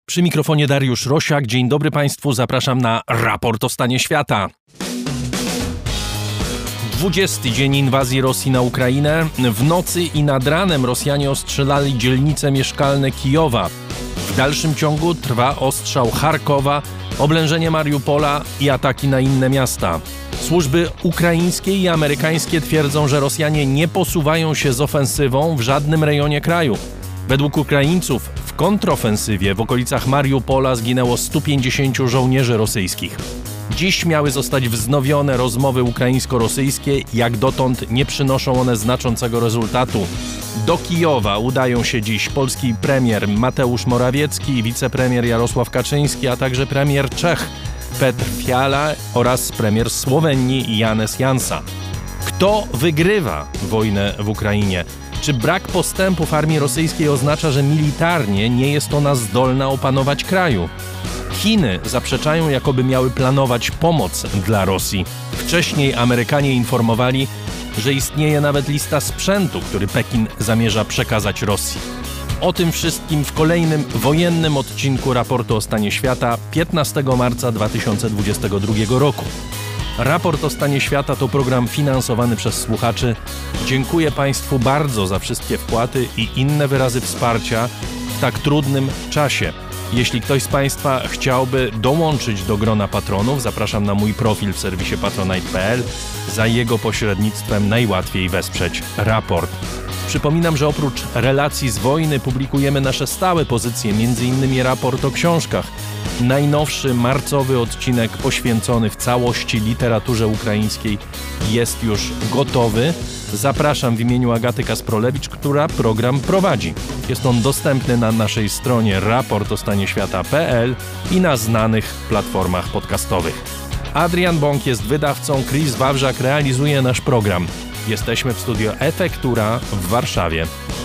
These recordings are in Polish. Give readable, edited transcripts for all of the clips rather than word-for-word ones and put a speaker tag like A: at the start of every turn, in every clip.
A: Przy mikrofonie Dariusz Rosiak. Dzień dobry Państwu, zapraszam na raport o stanie świata. 20. dzień inwazji Rosji na Ukrainę. W nocy i nad ranem Rosjanie ostrzelali dzielnice mieszkalne Kijowa. W dalszym ciągu trwa ostrzał Charkowa, oblężenie Mariupola i ataki na inne miasta. Służby ukraińskie i amerykańskie twierdzą, że Rosjanie nie posuwają się z ofensywą w żadnym rejonie kraju. Według Ukraińców w kontrofensywie w okolicach Mariupola zginęło 150 żołnierzy rosyjskich. Dziś miały zostać wznowione rozmowy ukraińsko-rosyjskie, jak dotąd nie przynoszą one znaczącego rezultatu. Do Kijowa udają się dziś polski premier Mateusz Morawiecki i wicepremier Jarosław Kaczyński, a także premier Czech Petr Fiala oraz premier Słowenii Janez Janša. Kto wygrywa wojnę w Ukrainie? Czy brak postępów armii rosyjskiej oznacza, że militarnie nie jest ona zdolna opanować kraju? Chiny zaprzeczają, jakoby miały planować pomoc dla Rosji. Wcześniej Amerykanie informowali, że istnieje nawet lista sprzętu, który Pekin zamierza przekazać Rosji. O tym wszystkim w kolejnym wojennym odcinku raportu o stanie świata 15 marca 2022 roku. Raport o stanie świata to program finansowany przez słuchaczy. Dziękuję Państwu bardzo za wszystkie wpłaty i inne wyrazy wsparcia w tak trudnym czasie. Jeśli ktoś z Państwa chciałby dołączyć do grona patronów, zapraszam na mój profil w serwisie patronite.pl. Za jego pośrednictwem najłatwiej wesprzeć raport. Przypominam, że oprócz relacji z wojny publikujemy nasze stałe pozycje, m.in. raport o książkach. Najnowszy marcowy odcinek poświęcony w całości literaturze ukraińskiej jest już gotowy. Zapraszam w imieniu Agaty Kasprolewicz, która program prowadzi. Jest on dostępny na naszej stronie raportostanieświata.pl i na znanych platformach podcastowych. Adrian Bąk jest wydawcą, Chris Wawrzak realizuje nasz program. Jesteśmy w studio Efektura w Warszawie.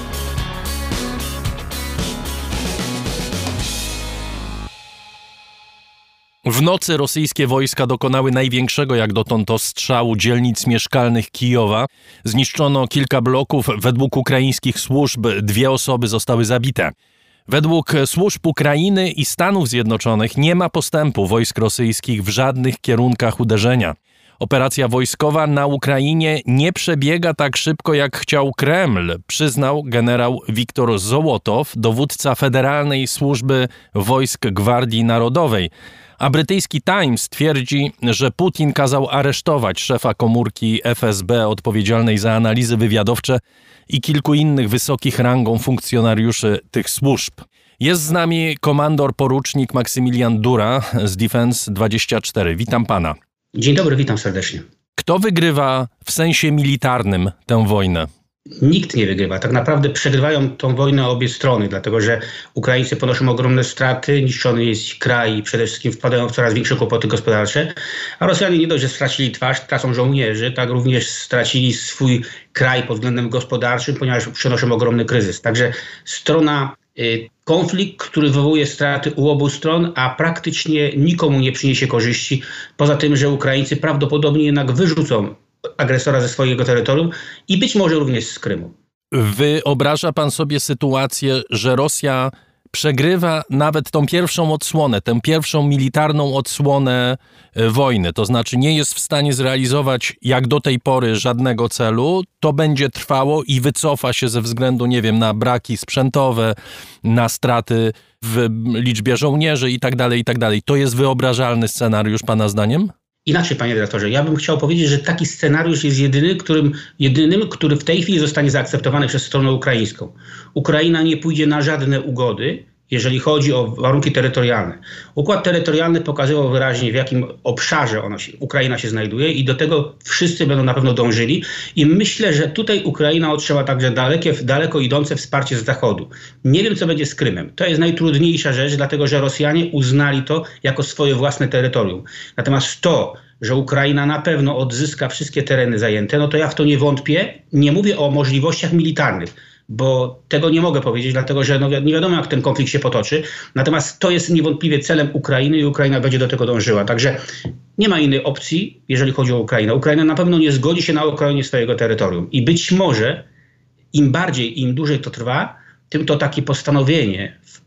A: W nocy rosyjskie wojska dokonały największego jak dotąd ostrzału dzielnic mieszkalnych Kijowa. Zniszczono kilka bloków. Według ukraińskich służb 2 osoby zostały zabite. Według służb Ukrainy i Stanów Zjednoczonych nie ma postępu wojsk rosyjskich w żadnych kierunkach uderzenia. Operacja wojskowa na Ukrainie nie przebiega tak szybko, jak chciał Kreml, przyznał generał Wiktor Zołotow, dowódca Federalnej Służby Wojsk Gwardii Narodowej. A brytyjski Times twierdzi, że Putin kazał aresztować szefa komórki FSB odpowiedzialnej za analizy wywiadowcze i kilku innych wysokich rangą funkcjonariuszy tych służb. Jest z nami komandor porucznik Maksymilian Dura z Defense24. Witam pana.
B: Dzień dobry, witam serdecznie.
A: Kto wygrywa w sensie militarnym tę wojnę?
B: Nikt nie wygrywa. Tak naprawdę przegrywają tą wojnę obie strony, dlatego że Ukraińcy ponoszą ogromne straty, niszczony jest kraj i przede wszystkim wpadają w coraz większe kłopoty gospodarcze, a Rosjanie nie dość, że stracili twarz, tracą żołnierzy, tak również stracili swój kraj pod względem gospodarczym, ponieważ przenoszą ogromny kryzys. Także konflikt, który wywołuje straty u obu stron, a praktycznie nikomu nie przyniesie korzyści, poza tym, że Ukraińcy prawdopodobnie jednak wyrzucą agresora ze swojego terytorium i być może również z Krymu.
A: Wyobraża pan sobie sytuację, że Rosja przegrywa nawet tą pierwszą odsłonę, tę pierwszą militarną odsłonę wojny, to znaczy nie jest w stanie zrealizować jak do tej pory żadnego celu, to będzie trwało i wycofa się ze względu, nie wiem, na braki sprzętowe, na straty w liczbie żołnierzy i tak dalej, i tak dalej. To jest wyobrażalny scenariusz pana zdaniem?
B: Inaczej, panie redaktorze, ja bym chciał powiedzieć, że taki scenariusz jest jedynym, który w tej chwili zostanie zaakceptowany przez stronę ukraińską. Ukraina nie pójdzie na żadne ugody, jeżeli chodzi o warunki terytorialne. Układ terytorialny pokazywał wyraźnie, w jakim obszarze Ukraina się znajduje i do tego wszyscy będą na pewno dążyli. I myślę, że tutaj Ukraina otrzyma także daleko idące wsparcie z Zachodu. Nie wiem, co będzie z Krymem. To jest najtrudniejsza rzecz, dlatego że Rosjanie uznali to jako swoje własne terytorium. Natomiast to, że Ukraina na pewno odzyska wszystkie tereny zajęte, no to ja w to nie wątpię. Nie mówię o możliwościach militarnych, bo tego nie mogę powiedzieć, dlatego że nie wiadomo, jak ten konflikt się potoczy. Natomiast to jest niewątpliwie celem Ukrainy i Ukraina będzie do tego dążyła. Także nie ma innej opcji, jeżeli chodzi o Ukrainę. Ukraina na pewno nie zgodzi się na okrojenie swojego terytorium. I być może im dłużej to trwa, tym to takie postanowienie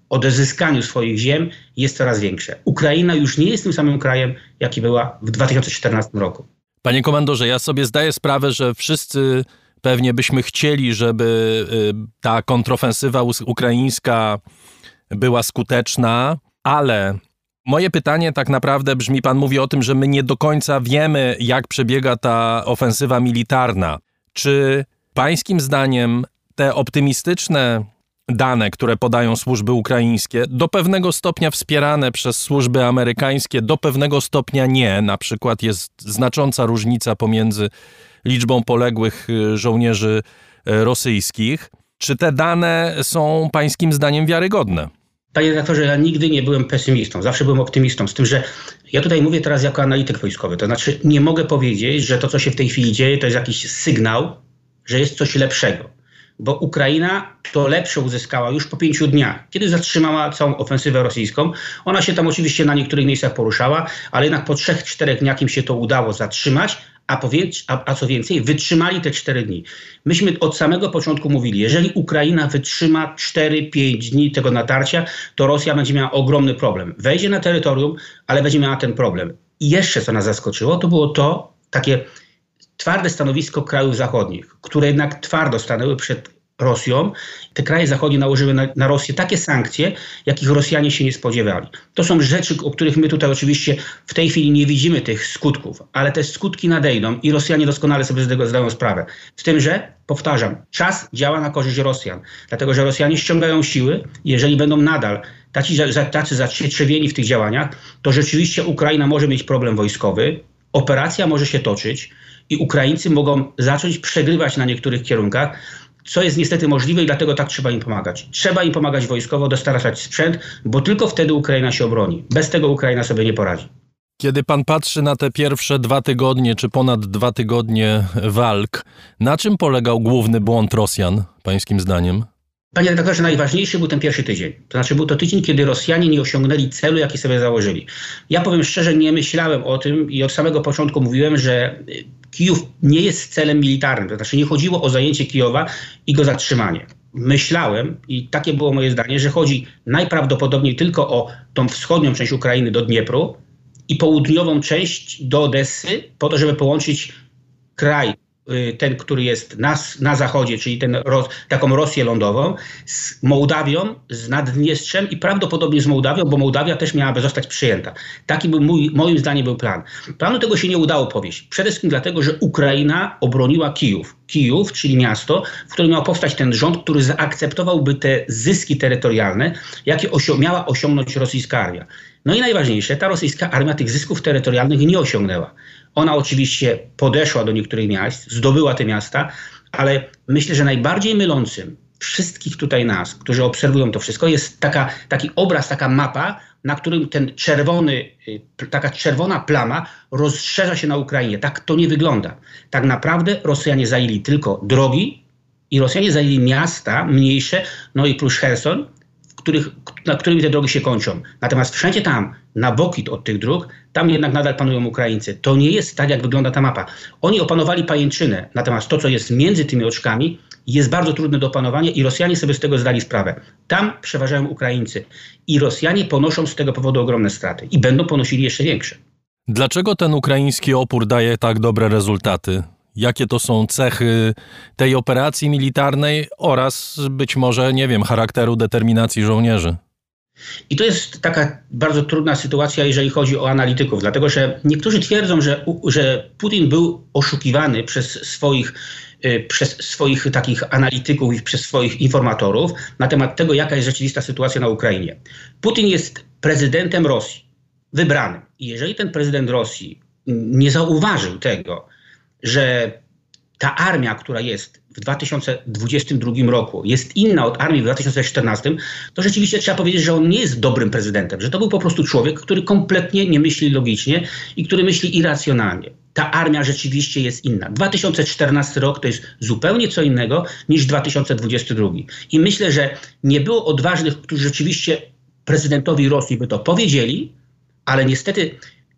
B: odzyskaniu swoich ziem jest coraz większe. Ukraina już nie jest tym samym krajem, jaki była w 2014 roku.
A: Panie komandorze, ja sobie zdaję sprawę, że wszyscy pewnie byśmy chcieli, żeby ta kontrofensywa ukraińska była skuteczna, ale moje pytanie tak naprawdę brzmi, pan mówi o tym, że my nie do końca wiemy, jak przebiega ta ofensywa militarna. Czy pańskim zdaniem te optymistyczne dane, które podają służby ukraińskie, do pewnego stopnia wspierane przez służby amerykańskie, do pewnego stopnia nie. Na przykład jest znacząca różnica pomiędzy liczbą poległych żołnierzy rosyjskich. Czy te dane są pańskim zdaniem wiarygodne?
B: Panie redaktorze, ja nigdy nie byłem pesymistą, zawsze byłem optymistą. Z tym, że ja tutaj mówię teraz jako analityk wojskowy. To znaczy nie mogę powiedzieć, że to, co się w tej chwili dzieje, to jest jakiś sygnał, że jest coś lepszego. Bo Ukraina to lepsze uzyskała już po 5 dniach, kiedy zatrzymała całą ofensywę rosyjską. Ona się tam oczywiście na niektórych miejscach poruszała, ale jednak po 3-4 dniach im się to udało zatrzymać, a co więcej, wytrzymali te 4 dni. Myśmy od samego początku mówili, jeżeli Ukraina wytrzyma 4-5 dni tego natarcia, to Rosja będzie miała ogromny problem. Wejdzie na terytorium, ale będzie miała ten problem. I jeszcze co nas zaskoczyło, to było to takie twarde stanowisko krajów zachodnich, które jednak twardo stanęły przed Rosją. Te kraje zachodnie nałożyły na Rosję takie sankcje, jakich Rosjanie się nie spodziewali. To są rzeczy, o których my tutaj oczywiście w tej chwili nie widzimy tych skutków, ale te skutki nadejdą i Rosjanie doskonale sobie z tego zdają sprawę. Z tym, że, powtarzam, czas działa na korzyść Rosjan, dlatego że Rosjanie ściągają siły. Jeżeli będą nadal tacy zacietrzewieni w tych działaniach, to rzeczywiście Ukraina może mieć problem wojskowy, operacja może się toczyć i Ukraińcy mogą zacząć przegrywać na niektórych kierunkach, co jest niestety możliwe i dlatego tak trzeba im pomagać. Trzeba im pomagać wojskowo, dostarczać sprzęt, bo tylko wtedy Ukraina się obroni. Bez tego Ukraina sobie nie poradzi.
A: Kiedy pan patrzy na te pierwsze 2 tygodnie, czy ponad 2 tygodnie walk, na czym polegał główny błąd Rosjan, pańskim zdaniem?
B: Panie redaktorze, najważniejszy był ten pierwszy tydzień. To znaczy był to tydzień, kiedy Rosjanie nie osiągnęli celu, jaki sobie założyli. Ja powiem szczerze, nie myślałem o tym i od samego początku mówiłem, że Kijów nie jest celem militarnym. To znaczy nie chodziło o zajęcie Kijowa i go zatrzymanie. Myślałem, i takie było moje zdanie, że chodzi najprawdopodobniej tylko o tą wschodnią część Ukrainy do Dniepru i południową część do Odessy, po to, żeby połączyć kraj, ten, który jest na zachodzie, czyli taką Rosję lądową, z Mołdawią, z Naddniestrzem i prawdopodobnie z Mołdawią, bo Mołdawia też miałaby zostać przyjęta. Taki był moim zdaniem był plan. Planu tego się nie udało powieść. Przede wszystkim dlatego, że Ukraina obroniła Kijów. Kijów, czyli miasto, w którym miał powstać ten rząd, który zaakceptowałby te zyski terytorialne, jakie miała osiągnąć rosyjska armia. No i najważniejsze, ta rosyjska armia tych zysków terytorialnych nie osiągnęła. Ona oczywiście podeszła do niektórych miast, zdobyła te miasta, ale myślę, że najbardziej mylącym wszystkich tutaj nas, którzy obserwują to wszystko, jest taki obraz, taka mapa, na którym taka czerwona plama rozszerza się na Ukrainie. Tak to nie wygląda. Tak naprawdę Rosjanie zajęli tylko drogi i Rosjanie zajęli miasta mniejsze, no i plus Cherson, na którymi te drogi się kończą. Natomiast wszędzie tam, na boki od tych dróg, tam jednak nadal panują Ukraińcy. To nie jest tak, jak wygląda ta mapa. Oni opanowali pajęczynę, natomiast to, co jest między tymi oczkami, jest bardzo trudne do opanowania i Rosjanie sobie z tego zdali sprawę. Tam przeważają Ukraińcy i Rosjanie ponoszą z tego powodu ogromne straty i będą ponosili jeszcze większe.
A: Dlaczego ten ukraiński opór daje tak dobre rezultaty? Jakie to są cechy tej operacji militarnej oraz być może, nie wiem, charakteru determinacji żołnierzy?
B: I to jest taka bardzo trudna sytuacja, jeżeli chodzi o analityków, dlatego że niektórzy twierdzą, że Putin był oszukiwany przez swoich takich analityków i przez swoich informatorów na temat tego, jaka jest rzeczywista sytuacja na Ukrainie. Putin jest prezydentem Rosji, wybranym. I jeżeli ten prezydent Rosji nie zauważył tego, że ta armia, która jest w 2022 roku, jest inna od armii w 2014, to rzeczywiście trzeba powiedzieć, że on nie jest dobrym prezydentem, że to był po prostu człowiek, który kompletnie nie myśli logicznie i który myśli irracjonalnie. Ta armia rzeczywiście jest inna. 2014 rok to jest zupełnie co innego niż 2022. I myślę, że nie było odważnych, którzy rzeczywiście prezydentowi Rosji by to powiedzieli, ale niestety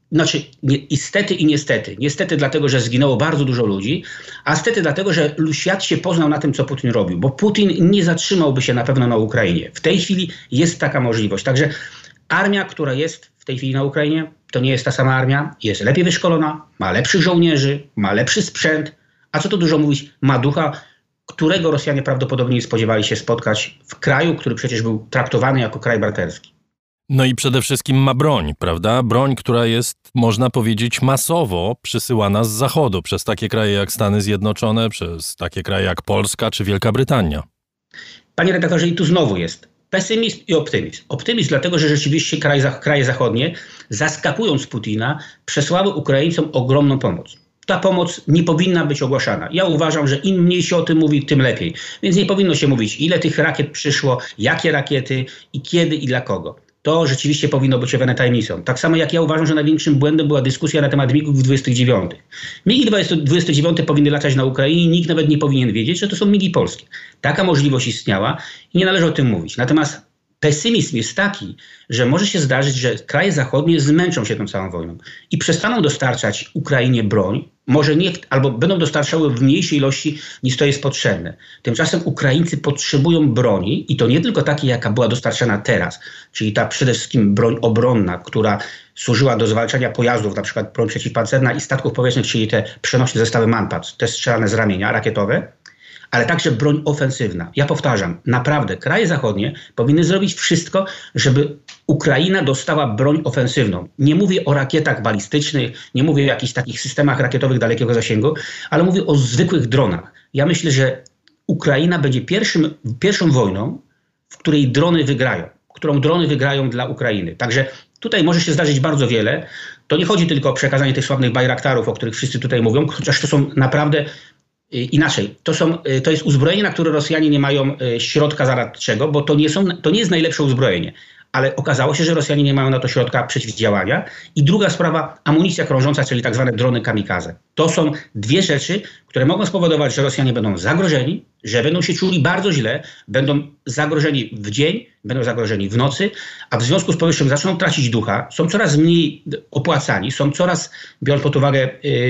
B: Niestety i niestety. Niestety dlatego, że zginęło bardzo dużo ludzi, a stety dlatego, że świat się poznał na tym, co Putin robił. Bo Putin nie zatrzymałby się na pewno na Ukrainie. W tej chwili jest taka możliwość. Także armia, która jest w tej chwili na Ukrainie, to nie jest ta sama armia. Jest lepiej wyszkolona, ma lepszych żołnierzy, ma lepszy sprzęt. A co tu dużo mówić, ma ducha, którego Rosjanie prawdopodobnie nie spodziewali się spotkać w kraju, który przecież był traktowany jako kraj braterski.
A: No i przede wszystkim ma broń, prawda? Broń, która jest, można powiedzieć, masowo przysyłana z Zachodu przez takie kraje jak Stany Zjednoczone, przez takie kraje jak Polska czy Wielka Brytania.
B: Panie redaktorze, i tu znowu jest pesymizm i optymizm. Optymizm dlatego, że rzeczywiście kraje zachodnie, zaskakując Putina, przesłały Ukraińcom ogromną pomoc. Ta pomoc nie powinna być ogłaszana. Ja uważam, że im mniej się o tym mówi, tym lepiej. Więc nie powinno się mówić, ile tych rakiet przyszło, jakie rakiety i kiedy i dla kogo. To rzeczywiście powinno być owiane tajemnicą. Tak samo jak ja uważam, że największym błędem była dyskusja na temat MiG-ów 29. MiG 29 powinny latać na Ukrainie i nikt nawet nie powinien wiedzieć, że to są MiG-i polskie. Taka możliwość istniała i nie należy o tym mówić. Natomiast pesymizm jest taki, że może się zdarzyć, że kraje zachodnie zmęczą się tą całą wojną i przestaną dostarczać Ukrainie broń, może nie, albo będą dostarczały w mniejszej ilości niż to jest potrzebne. Tymczasem Ukraińcy potrzebują broni i to nie tylko takiej, jaka była dostarczana teraz, czyli ta przede wszystkim broń obronna, która służyła do zwalczania pojazdów, na przykład broń przeciwpancerna i statków powietrznych, czyli te przenośne zestawy Manpad, te strzelane z ramienia, rakietowe, ale także broń ofensywna. Ja powtarzam, naprawdę kraje zachodnie powinny zrobić wszystko, żeby Ukraina dostała broń ofensywną. Nie mówię o rakietach balistycznych, nie mówię o jakichś takich systemach rakietowych dalekiego zasięgu, ale mówię o zwykłych dronach. Ja myślę, że Ukraina będzie pierwszą wojną, w której drony wygrają, którą drony wygrają dla Ukrainy. Także tutaj może się zdarzyć bardzo wiele. To nie chodzi tylko o przekazanie tych sławnych Bajraktarów, o których wszyscy tutaj mówią, chociaż to są naprawdę inaczej. To jest uzbrojenie, na które Rosjanie nie mają środka zaradczego, bo to nie jest najlepsze uzbrojenie. Ale okazało się, że Rosjanie nie mają na to środka przeciwdziałania. I druga sprawa, amunicja krążąca, czyli tak zwane drony kamikaze. To są dwie rzeczy, które mogą spowodować, że Rosjanie będą zagrożeni, że będą się czuli bardzo źle, będą zagrożeni w dzień, będą zagrożeni w nocy, a w związku z powyższym zaczną tracić ducha, są coraz mniej opłacani, są coraz, biorąc pod uwagę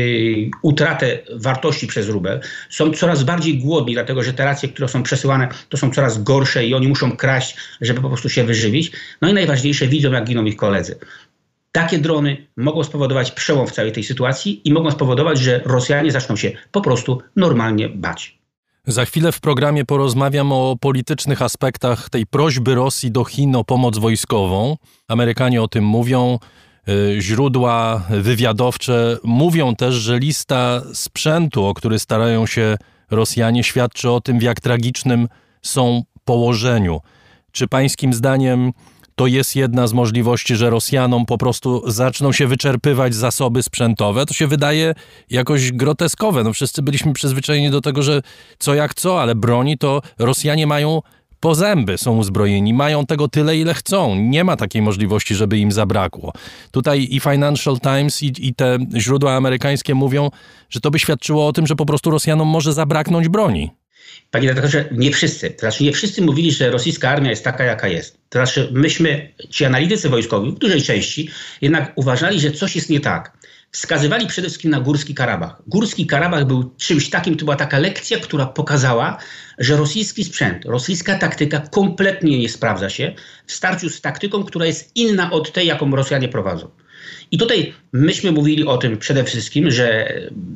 B: utratę wartości przez rubel, są coraz bardziej głodni, dlatego że te racje, które są przesyłane, to są coraz gorsze i oni muszą kraść, żeby po prostu się wyżywić. No i najważniejsze, widzą, jak giną ich koledzy. Takie drony mogą spowodować przełom w całej tej sytuacji i mogą spowodować, że Rosjanie zaczną się po prostu normalnie bać.
A: Za chwilę w programie porozmawiam o politycznych aspektach tej prośby Rosji do Chin o pomoc wojskową. Amerykanie o tym mówią, źródła wywiadowcze mówią też, że lista sprzętu, o który starają się Rosjanie, świadczy o tym, w jak tragicznym są położeniu. Czy pańskim zdaniem to jest jedna z możliwości, że Rosjanom po prostu zaczną się wyczerpywać zasoby sprzętowe? To się wydaje jakoś groteskowe. No wszyscy byliśmy przyzwyczajeni do tego, że co jak co, ale broni to Rosjanie mają po zęby, są uzbrojeni, mają tego tyle, ile chcą. Nie ma takiej możliwości, żeby im zabrakło. Tutaj i Financial Times i te źródła amerykańskie mówią, że to by świadczyło o tym, że po prostu Rosjanom może zabraknąć broni.
B: Panie redaktorze, nie wszyscy. To znaczy nie wszyscy mówili, że rosyjska armia jest taka, jaka jest. To znaczy myśmy, ci analitycy wojskowi w dużej części, jednak uważali, że coś jest nie tak. Wskazywali przede wszystkim na Górski Karabach. Górski Karabach był czymś takim, to była taka lekcja, która pokazała, że rosyjski sprzęt, rosyjska taktyka kompletnie nie sprawdza się w starciu z taktyką, która jest inna od tej, jaką Rosjanie prowadzą. I tutaj myśmy mówili o tym przede wszystkim, że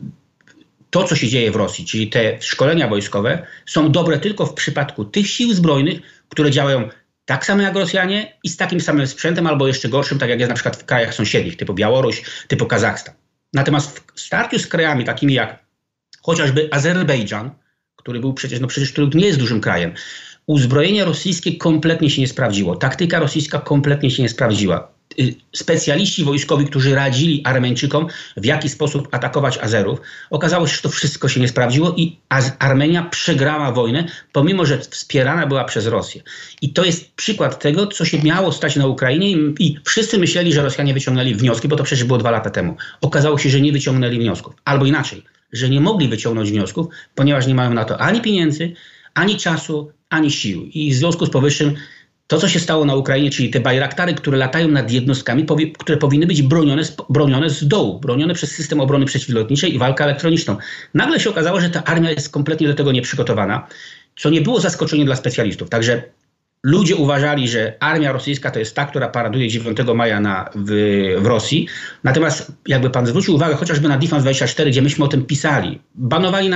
B: to, co się dzieje w Rosji, czyli te szkolenia wojskowe, są dobre tylko w przypadku tych sił zbrojnych, które działają tak samo jak Rosjanie i z takim samym sprzętem, albo jeszcze gorszym, tak jak jest na przykład w krajach sąsiednich, typu Białoruś, typu Kazachstan. Natomiast w starciu z krajami takimi jak chociażby Azerbejdżan, który był który nie jest dużym krajem, uzbrojenie rosyjskie kompletnie się nie sprawdziło. Taktyka rosyjska kompletnie się nie sprawdziła. Specjaliści wojskowi, którzy radzili Armeńczykom, w jaki sposób atakować Azerów, okazało się, że to wszystko się nie sprawdziło i Armenia przegrała wojnę, pomimo że wspierana była przez Rosję. I to jest przykład tego, co się miało stać na Ukrainie i wszyscy myśleli, że Rosjanie wyciągnęli wnioski, bo to przecież było 2 lata temu. Okazało się, że nie wyciągnęli wniosków. Albo inaczej, że nie mogli wyciągnąć wniosków, ponieważ nie mają na to ani pieniędzy, ani czasu, ani sił. I w związku z powyższym To, co się stało na Ukrainie, czyli te bajraktary, które latają nad jednostkami, które powinny być bronione z dołu, bronione przez system obrony przeciwlotniczej i walkę elektroniczną. Nagle się okazało, że ta armia jest kompletnie do tego nieprzygotowana, co nie było zaskoczeniem dla specjalistów. Także ludzie uważali, że armia rosyjska to jest ta, która paraduje 9 maja w Rosji. Natomiast jakby pan zwrócił uwagę chociażby na Defense24, gdzie myśmy o tym pisali. Banowały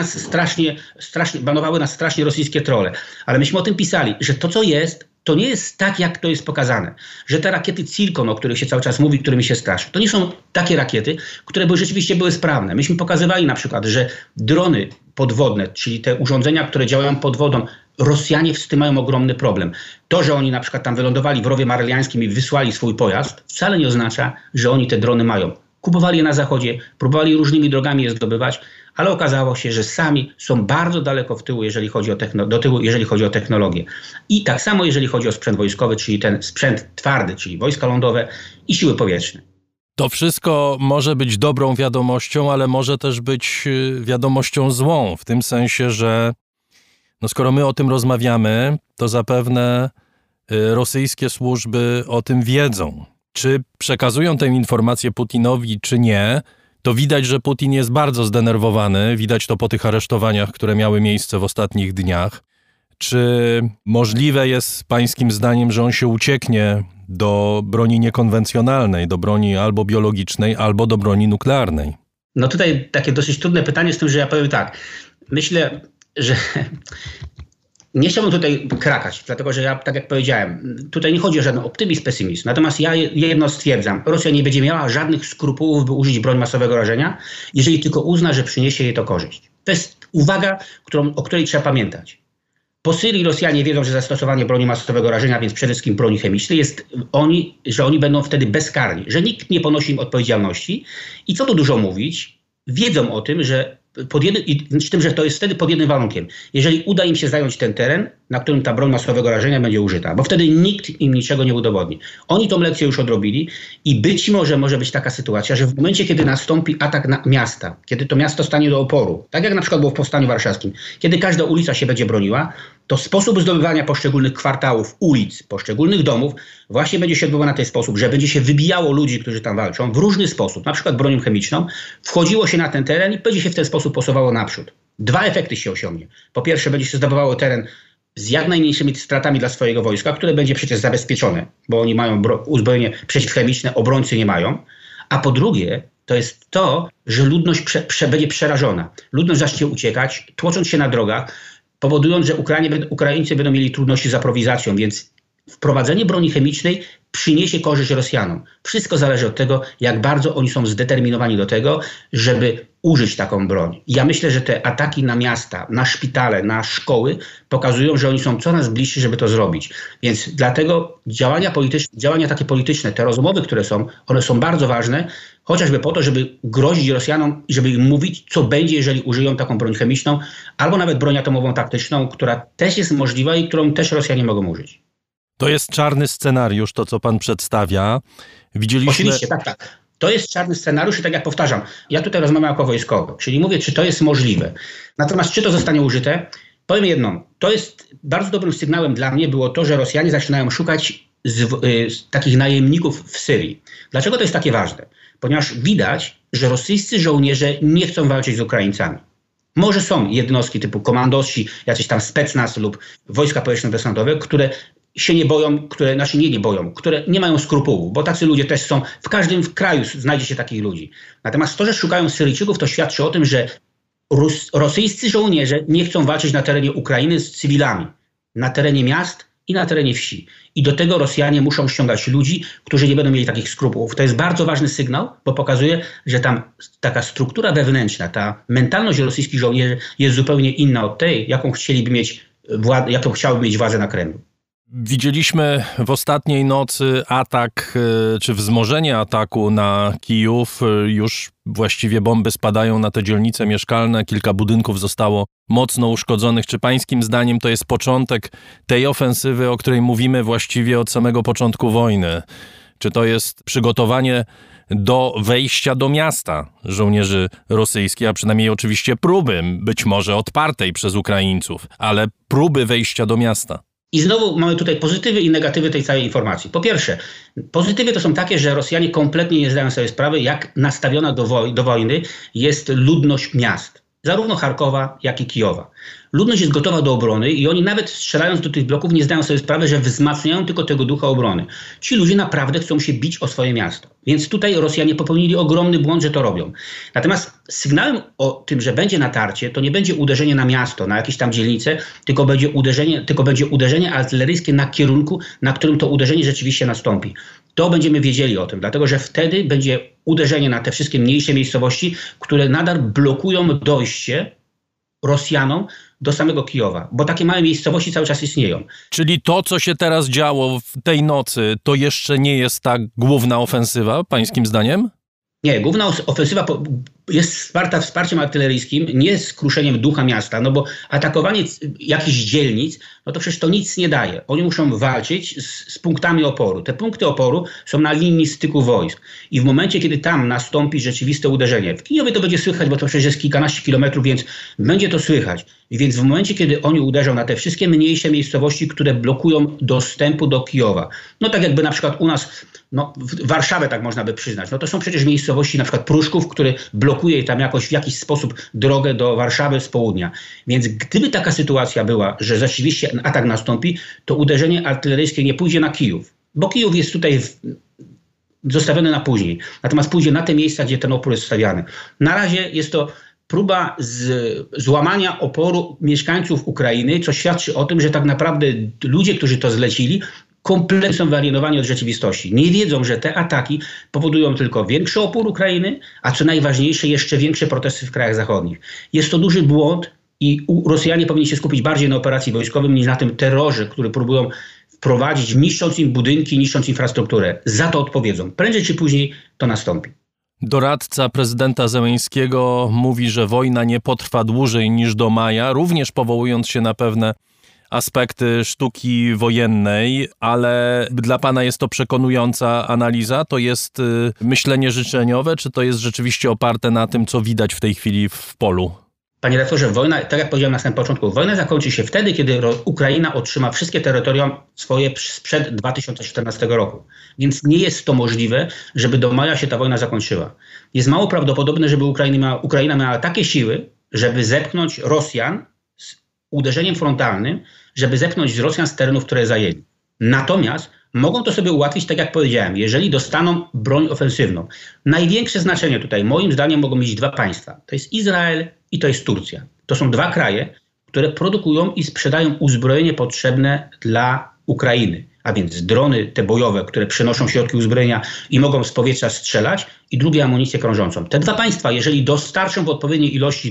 B: nas strasznie rosyjskie trolle. Ale myśmy o tym pisali, że to, co jest, to nie jest tak, jak to jest pokazane. Że te rakiety Cirkon, o których się cały czas mówi, którymi się straszy, to nie są takie rakiety, które rzeczywiście były sprawne. Myśmy pokazywali na przykład, że drony podwodne, czyli te urządzenia, które działają pod wodą, Rosjanie z tym mają ogromny problem. To, że oni na przykład tam wylądowali w Rowie Mareliańskim i wysłali swój pojazd, wcale nie oznacza, że oni te drony mają. Kupowali je na zachodzie, próbowali różnymi drogami je zdobywać, ale okazało się, że sami są bardzo daleko w tyłu, jeżeli chodzi o technologię. I tak samo, jeżeli chodzi o sprzęt wojskowy, czyli ten sprzęt twardy, czyli wojska lądowe i siły powietrzne.
A: To wszystko może być dobrą wiadomością, ale może też być wiadomością złą, w tym sensie, że skoro my o tym rozmawiamy, to zapewne rosyjskie służby o tym wiedzą. Czy przekazują tę informację Putinowi, czy nie, to widać, że Putin jest bardzo zdenerwowany. Widać to po tych aresztowaniach, które miały miejsce w ostatnich dniach. Czy możliwe jest pańskim zdaniem, że on się ucieknie do broni niekonwencjonalnej, do broni albo biologicznej, albo do broni nuklearnej?
B: No tutaj takie dosyć trudne pytanie, z tym, że ja powiem tak. Myślę, że nie chciałbym tutaj krakać, dlatego że ja, tak jak powiedziałem, tutaj nie chodzi o żaden optymizm, pesymizm. Natomiast ja jedno stwierdzam. Rosja nie będzie miała żadnych skrupułów, by użyć broń masowego rażenia, jeżeli tylko uzna, że przyniesie jej to korzyść. To jest uwaga, o której trzeba pamiętać. Po Syrii Rosjanie wiedzą, że zastosowanie broni masowego rażenia, więc przede wszystkim broni chemicznej, że oni będą wtedy bezkarni, że nikt nie ponosi im odpowiedzialności. I co tu dużo mówić, wiedzą o tym, że że to jest wtedy pod jednym warunkiem. Jeżeli uda im się zająć ten teren, na którym ta broń masowego rażenia będzie użyta, bo wtedy nikt im niczego nie udowodni. Oni tą lekcję już odrobili i być może być taka sytuacja, że w momencie, kiedy nastąpi atak na miasta, kiedy to miasto stanie do oporu, tak jak na przykład było w Powstaniu Warszawskim, kiedy każda ulica się będzie broniła, to sposób zdobywania poszczególnych kwartałów, ulic, poszczególnych domów właśnie będzie się odbywał na ten sposób, że będzie się wybijało ludzi, którzy tam walczą w różny sposób, na przykład bronią chemiczną, wchodziło się na ten teren i będzie się w ten sposób posuwało naprzód. Dwa efekty się osiągnie. Po pierwsze, będzie się zdobywało teren z jak najmniejszymi stratami dla swojego wojska, które będzie przecież zabezpieczone, bo oni mają uzbrojenie przeciwchemiczne, obrońcy nie mają. A po drugie, to jest to, że ludność będzie przerażona. Ludność zacznie uciekać, tłocząc się na drogach, powodując, że Ukraińcy będą mieli trudności z aprowizacją, więc wprowadzenie broni chemicznej przyniesie korzyść Rosjanom. Wszystko zależy od tego, jak bardzo oni są zdeterminowani do tego, żeby użyć taką broń. Ja myślę, że te ataki na miasta, na szpitale, na szkoły pokazują, że oni są coraz bliżsi, żeby to zrobić. Więc dlatego działania takie polityczne, te rozmowy, które są, one są bardzo ważne, chociażby po to, żeby grozić Rosjanom i żeby im mówić, co będzie, jeżeli użyją taką broń chemiczną, albo nawet broń atomową taktyczną, która też jest możliwa i którą też Rosjanie mogą użyć.
A: To jest czarny scenariusz, to co pan przedstawia. Widzieliśmy...
B: Oczywiście, tak. To jest czarny scenariusz i tak jak powtarzam, ja tutaj rozmawiam jako wojskowy, czyli mówię, czy to jest możliwe. Natomiast czy to zostanie użyte? Powiem jedno, to jest bardzo dobrym sygnałem dla mnie było to, że Rosjanie zaczynają szukać takich najemników w Syrii. Dlaczego to jest takie ważne? Ponieważ widać, że rosyjscy żołnierze nie chcą walczyć z Ukraińcami. Może są jednostki typu komandosi, jacyś tam specnaz lub wojska powietrzno-desantowe, które się nie boją, które nie mają skrupułów, bo tacy ludzie też są, w każdym kraju znajdzie się takich ludzi. Natomiast to, że szukają Syryjczyków, to świadczy o tym, że rosyjscy żołnierze nie chcą walczyć na terenie Ukrainy z cywilami, na terenie miast i na terenie wsi. I do tego Rosjanie muszą ściągać ludzi, którzy nie będą mieli takich skrupułów. To jest bardzo ważny sygnał, bo pokazuje, że tam taka struktura wewnętrzna, ta mentalność rosyjskich żołnierzy jest zupełnie inna od tej, jaką chciałyby mieć władzę na Kremlu.
A: Widzieliśmy w ostatniej nocy atak, czy wzmożenie ataku na Kijów. Już właściwie bomby spadają na te dzielnice mieszkalne. Kilka budynków zostało mocno uszkodzonych. Czy pańskim zdaniem to jest początek tej ofensywy, o której mówimy właściwie od samego początku wojny? Czy to jest przygotowanie do wejścia do miasta żołnierzy rosyjskich, a przynajmniej oczywiście próby, być może odpartej przez Ukraińców, ale próby wejścia do miasta?
B: I znowu mamy tutaj pozytywy i negatywy tej całej informacji. Po pierwsze, pozytywy to są takie, że Rosjanie kompletnie nie zdają sobie sprawy, jak nastawiona do wojny jest ludność miast. Zarówno Charkowa, jak i Kijowa. Ludność jest gotowa do obrony i oni nawet strzelając do tych bloków nie zdają sobie sprawy, że wzmacniają tylko tego ducha obrony. Ci ludzie naprawdę chcą się bić o swoje miasto. Więc tutaj Rosjanie popełnili ogromny błąd, że to robią. Natomiast sygnałem o tym, że będzie natarcie, to nie będzie uderzenie na miasto, na jakieś tam dzielnice, tylko będzie uderzenie artyleryjskie na kierunku, na którym to uderzenie rzeczywiście nastąpi. To będziemy wiedzieli o tym, dlatego że wtedy będzie uderzenie na te wszystkie mniejsze miejscowości, które nadal blokują dojście Rosjanom do samego Kijowa, bo takie małe miejscowości cały czas istnieją.
A: Czyli to, co się teraz działo w tej nocy, to jeszcze nie jest ta główna ofensywa, pańskim zdaniem?
B: Nie, główna ofensywa jest wsparta wsparciem artyleryjskim, nie z kruszeniem ducha miasta, no bo atakowanie jakichś dzielnic, no to przecież to nic nie daje. Oni muszą walczyć z punktami oporu. Te punkty oporu są na linii styku wojsk. I w momencie, kiedy tam nastąpi rzeczywiste uderzenie, w Kijowie to będzie słychać, bo to przecież jest kilkanaście kilometrów, więc będzie to słychać. I więc w momencie, kiedy oni uderzą na te wszystkie mniejsze miejscowości, które blokują dostępu do Kijowa, no tak jakby na przykład u nas, no Warszawę tak można by przyznać, no to są przecież miejscowości na przykład Pruszków, który blokuje tam w jakiś sposób drogę do Warszawy z południa. Więc gdyby taka sytuacja była, że rzeczywiście atak nastąpi, to uderzenie artyleryjskie nie pójdzie na Kijów, bo Kijów jest tutaj zostawiony na później. Natomiast pójdzie na te miejsca, gdzie ten opór jest stawiany. Na razie jest to próba złamania oporu mieszkańców Ukrainy, co świadczy o tym, że tak naprawdę ludzie, którzy to zlecili, kompletnie są wyalienowani od rzeczywistości. Nie wiedzą, że te ataki powodują tylko większy opór Ukrainy, a co najważniejsze, jeszcze większe protesty w krajach zachodnich. Jest to duży błąd i Rosjanie powinni się skupić bardziej na operacji wojskowej niż na tym terrorze, który próbują wprowadzić, niszcząc im budynki, niszcząc infrastrukturę. Za to odpowiedzą. Prędzej czy później to nastąpi.
A: Doradca prezydenta Zełenskiego mówi, że wojna nie potrwa dłużej niż do maja, również powołując się na pewne aspekty sztuki wojennej, ale dla pana jest to przekonująca analiza? To jest myślenie życzeniowe, czy to jest rzeczywiście oparte na tym, co widać w tej chwili w polu?
B: Panie redaktorze, wojna, tak jak powiedziałem na samym początku, wojna zakończy się wtedy, kiedy Ukraina otrzyma wszystkie terytorium swoje sprzed 2014 roku. Więc nie jest to możliwe, żeby do maja się ta wojna zakończyła. Jest mało prawdopodobne, żeby Ukraina miała takie siły, żeby zepchnąć Rosjan z uderzeniem frontalnym, żeby zepchnąć Rosjan z terenów, które zajęli. Natomiast mogą to sobie ułatwić, tak jak powiedziałem, jeżeli dostaną broń ofensywną. Największe znaczenie tutaj, moim zdaniem, mogą mieć dwa państwa. To jest Izrael i to jest Turcja. To są dwa kraje, które produkują i sprzedają uzbrojenie potrzebne dla Ukrainy. A więc drony te bojowe, które przenoszą środki uzbrojenia i mogą z powietrza strzelać, i drugie amunicję krążącą. Te dwa państwa, jeżeli dostarczą w odpowiedniej ilości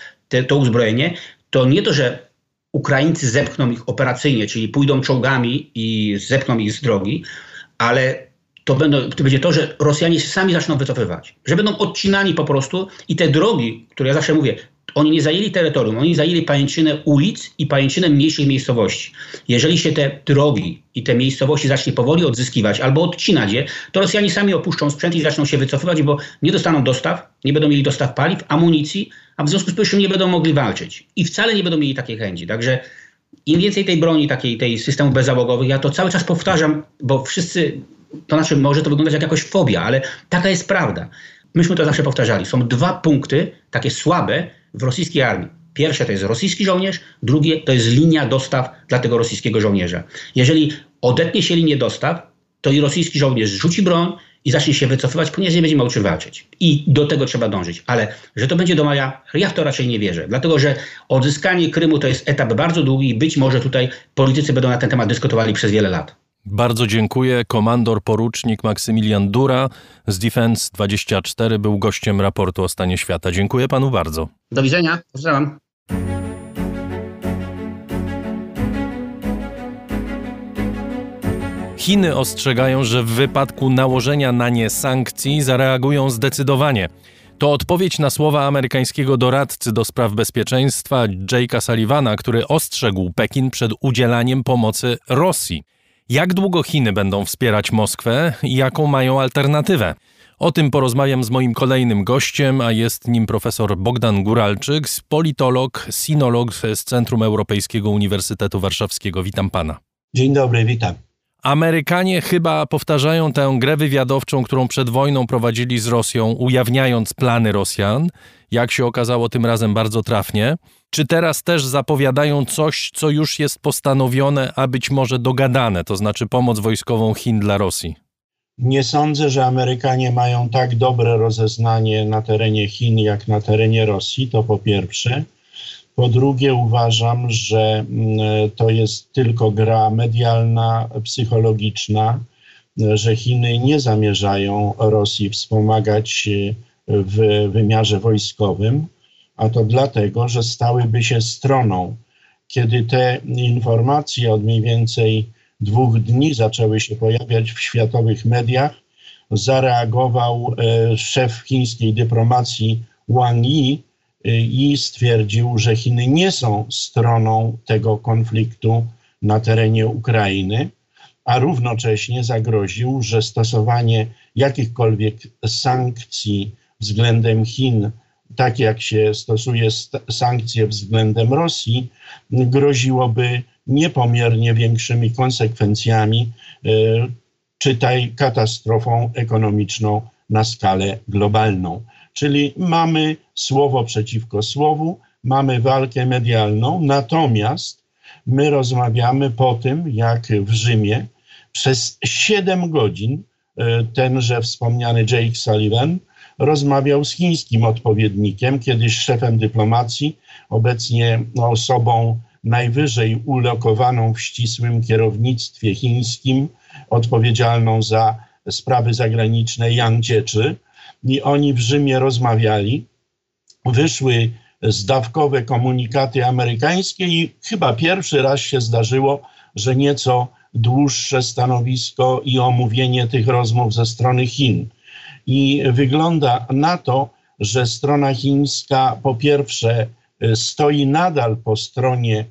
B: to uzbrojenie, to nie to, że Ukraińcy zepchną ich operacyjnie, czyli pójdą czołgami i zepchną ich z drogi, ale to będzie to, że Rosjanie się sami zaczną wycofywać. Że będą odcinani po prostu i te drogi, które ja zawsze mówię, oni nie zajęli terytorium, oni zajęli pajęczynę ulic i pajęczynę mniejszych miejscowości. Jeżeli się te drogi i te miejscowości zacznie powoli odzyskiwać albo odcinać je, to Rosjanie sami opuszczą sprzęt i zaczną się wycofywać, bo nie dostaną dostaw, nie będą mieli dostaw paliw, amunicji, a w związku z tym nie będą mogli walczyć. I wcale nie będą mieli takiej chęci. Także im więcej tej broni, tej systemu bezzałogowych, ja to cały czas powtarzam, bo wszyscy, to znaczy może to wyglądać jak jakoś fobia, ale taka jest prawda. Myśmy to zawsze powtarzali. Są dwa punkty, takie słabe w rosyjskiej armii. Pierwsze to jest rosyjski żołnierz, drugie to jest linia dostaw dla tego rosyjskiego żołnierza. Jeżeli odetnie się linię dostaw, to i rosyjski żołnierz rzuci broń i zacznie się wycofywać, ponieważ nie będzie miał czym walczyć. I do tego trzeba dążyć. Ale że to będzie do maja, ja w to raczej nie wierzę. Dlatego, że odzyskanie Krymu to jest etap bardzo długi i być może tutaj politycy będą na ten temat dyskutowali przez wiele lat.
A: Bardzo dziękuję. Komandor porucznik Maksymilian Dura z Defense24 był gościem raportu o stanie świata. Dziękuję panu bardzo.
B: Do widzenia. Pozdrawiam.
A: Chiny ostrzegają, że w wypadku nałożenia na nie sankcji zareagują zdecydowanie. To odpowiedź na słowa amerykańskiego doradcy do spraw bezpieczeństwa Jake'a Sullivana, który ostrzegł Pekin przed udzielaniem pomocy Rosji. Jak długo Chiny będą wspierać Moskwę i jaką mają alternatywę? O tym porozmawiam z moim kolejnym gościem, a jest nim profesor Bogdan Guralczyk, politolog, sinolog z Centrum Europejskiego Uniwersytetu Warszawskiego. Witam pana.
C: Dzień dobry, witam.
A: Amerykanie chyba powtarzają tę grę wywiadowczą, którą przed wojną prowadzili z Rosją, ujawniając plany Rosjan. Jak się okazało, tym razem bardzo trafnie. Czy teraz też zapowiadają coś, co już jest postanowione, a być może dogadane, to znaczy pomoc wojskową Chin dla Rosji?
C: Nie sądzę, że Amerykanie mają tak dobre rozeznanie na terenie Chin, jak na terenie Rosji, to po pierwsze. Po drugie, uważam, że to jest tylko gra medialna, psychologiczna, że Chiny nie zamierzają Rosji wspomagać w wymiarze wojskowym, a to dlatego, że stałyby się stroną. Kiedy te informacje od mniej więcej 2 dni zaczęły się pojawiać w światowych mediach, zareagował szef chińskiej dyplomacji Wang Yi i stwierdził, że Chiny nie są stroną tego konfliktu na terenie Ukrainy, a równocześnie zagroził, że stosowanie jakichkolwiek sankcji względem Chin, tak jak się stosuje sankcje względem Rosji, groziłoby niepomiernie większymi konsekwencjami, czytaj katastrofą ekonomiczną na skalę globalną. Czyli mamy słowo przeciwko słowu, mamy walkę medialną, natomiast my rozmawiamy po tym, jak w Rzymie przez 7 godzin tenże wspomniany Jake Sullivan rozmawiał z chińskim odpowiednikiem, kiedyś szefem dyplomacji, obecnie osobą najwyżej ulokowaną w ścisłym kierownictwie chińskim, odpowiedzialną za sprawy zagraniczne Yang Jiechi. I oni w Rzymie rozmawiali. Wyszły zdawkowe komunikaty amerykańskie i chyba pierwszy raz się zdarzyło, że nieco dłuższe stanowisko i omówienie tych rozmów ze strony Chin. I wygląda na to, że strona chińska po pierwsze stoi nadal po stronie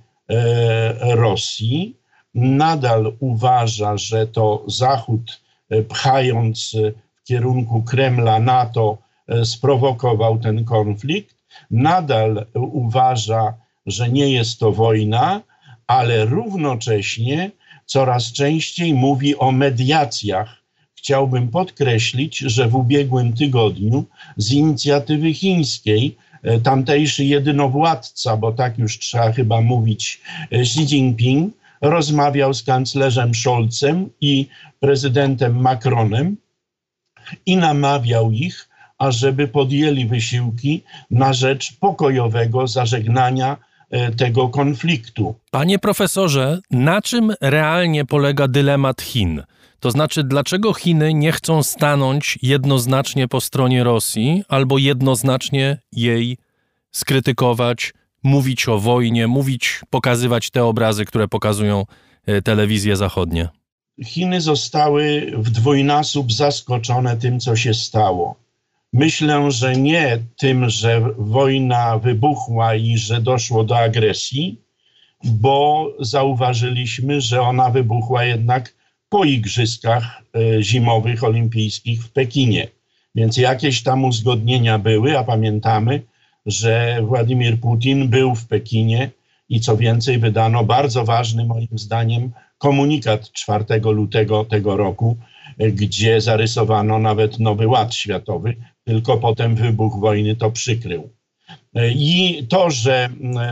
C: Rosji, nadal uważa, że to Zachód, pchając w kierunku Kremla, NATO, sprowokował ten konflikt, nadal uważa, że nie jest to wojna, ale równocześnie coraz częściej mówi o mediacjach. Chciałbym podkreślić, że w ubiegłym tygodniu z inicjatywy chińskiej tamtejszy jedynowładca, bo tak już trzeba chyba mówić, Xi Jinping, rozmawiał z kanclerzem Scholzem i prezydentem Macronem i namawiał ich, ażeby podjęli wysiłki na rzecz pokojowego zażegnania tego konfliktu.
A: Panie profesorze, na czym realnie polega dylemat Chin? To znaczy, dlaczego Chiny nie chcą stanąć jednoznacznie po stronie Rosji albo jednoznacznie jej skrytykować, mówić o wojnie, pokazywać te obrazy, które pokazują telewizje zachodnie?
C: Chiny zostały w dwójnasób zaskoczone tym, co się stało. Myślę, że nie tym, że wojna wybuchła i że doszło do agresji, bo zauważyliśmy, że ona wybuchła jednak po igrzyskach zimowych olimpijskich w Pekinie. Więc jakieś tam uzgodnienia były, a pamiętamy, że Władimir Putin był w Pekinie i co więcej wydano bardzo ważny moim zdaniem komunikat 4 lutego tego roku, gdzie zarysowano nawet nowy ład światowy, tylko potem wybuch wojny to przykrył. I to, że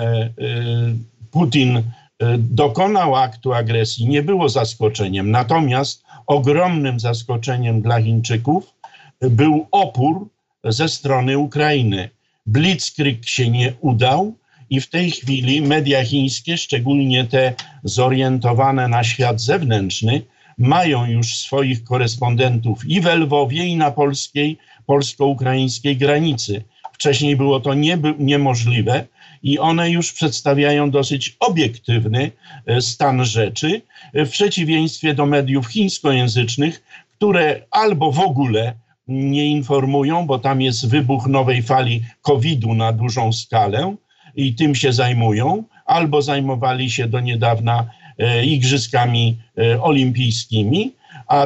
C: Putin dokonał aktu agresji, nie było zaskoczeniem. Natomiast ogromnym zaskoczeniem dla Chińczyków był opór ze strony Ukrainy. Blitzkrieg się nie udał i w tej chwili media chińskie, szczególnie te zorientowane na świat zewnętrzny, mają już swoich korespondentów i w Lwowie, i na polsko-ukraińskiej granicy. Wcześniej było to niemożliwe i one już przedstawiają dosyć obiektywny stan rzeczy, w przeciwieństwie do mediów chińskojęzycznych, które albo w ogóle nie informują, bo tam jest wybuch nowej fali COVID-u na dużą skalę i tym się zajmują, albo zajmowali się do niedawna igrzyskami olimpijskimi, a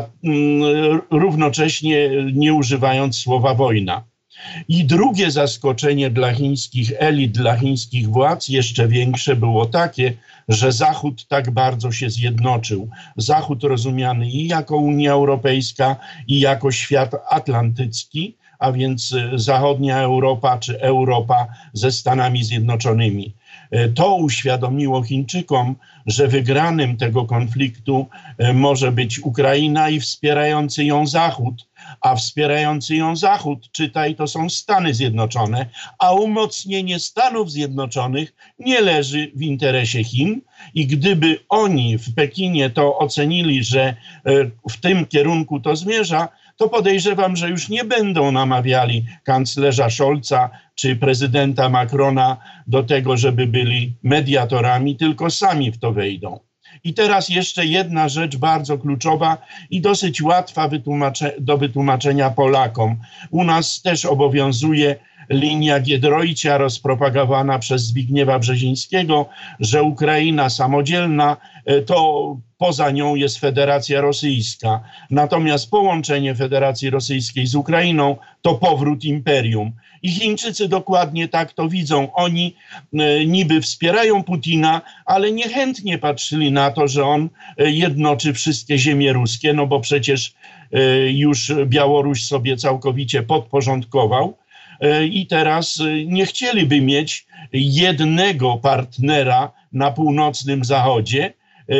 C: równocześnie nie używając słowa wojna. I drugie zaskoczenie dla chińskich elit, dla chińskich władz, jeszcze większe, było takie, że Zachód tak bardzo się zjednoczył. Zachód rozumiany i jako Unia Europejska, i jako świat atlantycki, a więc zachodnia Europa czy Europa ze Stanami Zjednoczonymi. To uświadomiło Chińczykom, że wygranym tego konfliktu może być Ukraina i wspierający ją Zachód, a wspierający ją Zachód, czytaj, to są Stany Zjednoczone, a umocnienie Stanów Zjednoczonych nie leży w interesie Chin i gdyby oni w Pekinie to ocenili, że w tym kierunku to zmierza, to podejrzewam, że już nie będą namawiali kanclerza Scholza czy prezydenta Macrona do tego, żeby byli mediatorami, tylko sami w to wejdą. I teraz jeszcze jedna rzecz bardzo kluczowa i dosyć łatwa do wytłumaczenia Polakom. U nas też obowiązuje linia Giedroycia rozpropagowana przez Zbigniewa Brzezińskiego, że Ukraina samodzielna to poza nią jest Federacja Rosyjska. Natomiast połączenie Federacji Rosyjskiej z Ukrainą to powrót imperium. I Chińczycy dokładnie tak to widzą. Oni niby wspierają Putina, ale niechętnie patrzyli na to, że on jednoczy wszystkie ziemie ruskie, no bo przecież już Białoruś sobie całkowicie podporządkował. I teraz nie chcieliby mieć jednego partnera na północnym zachodzie,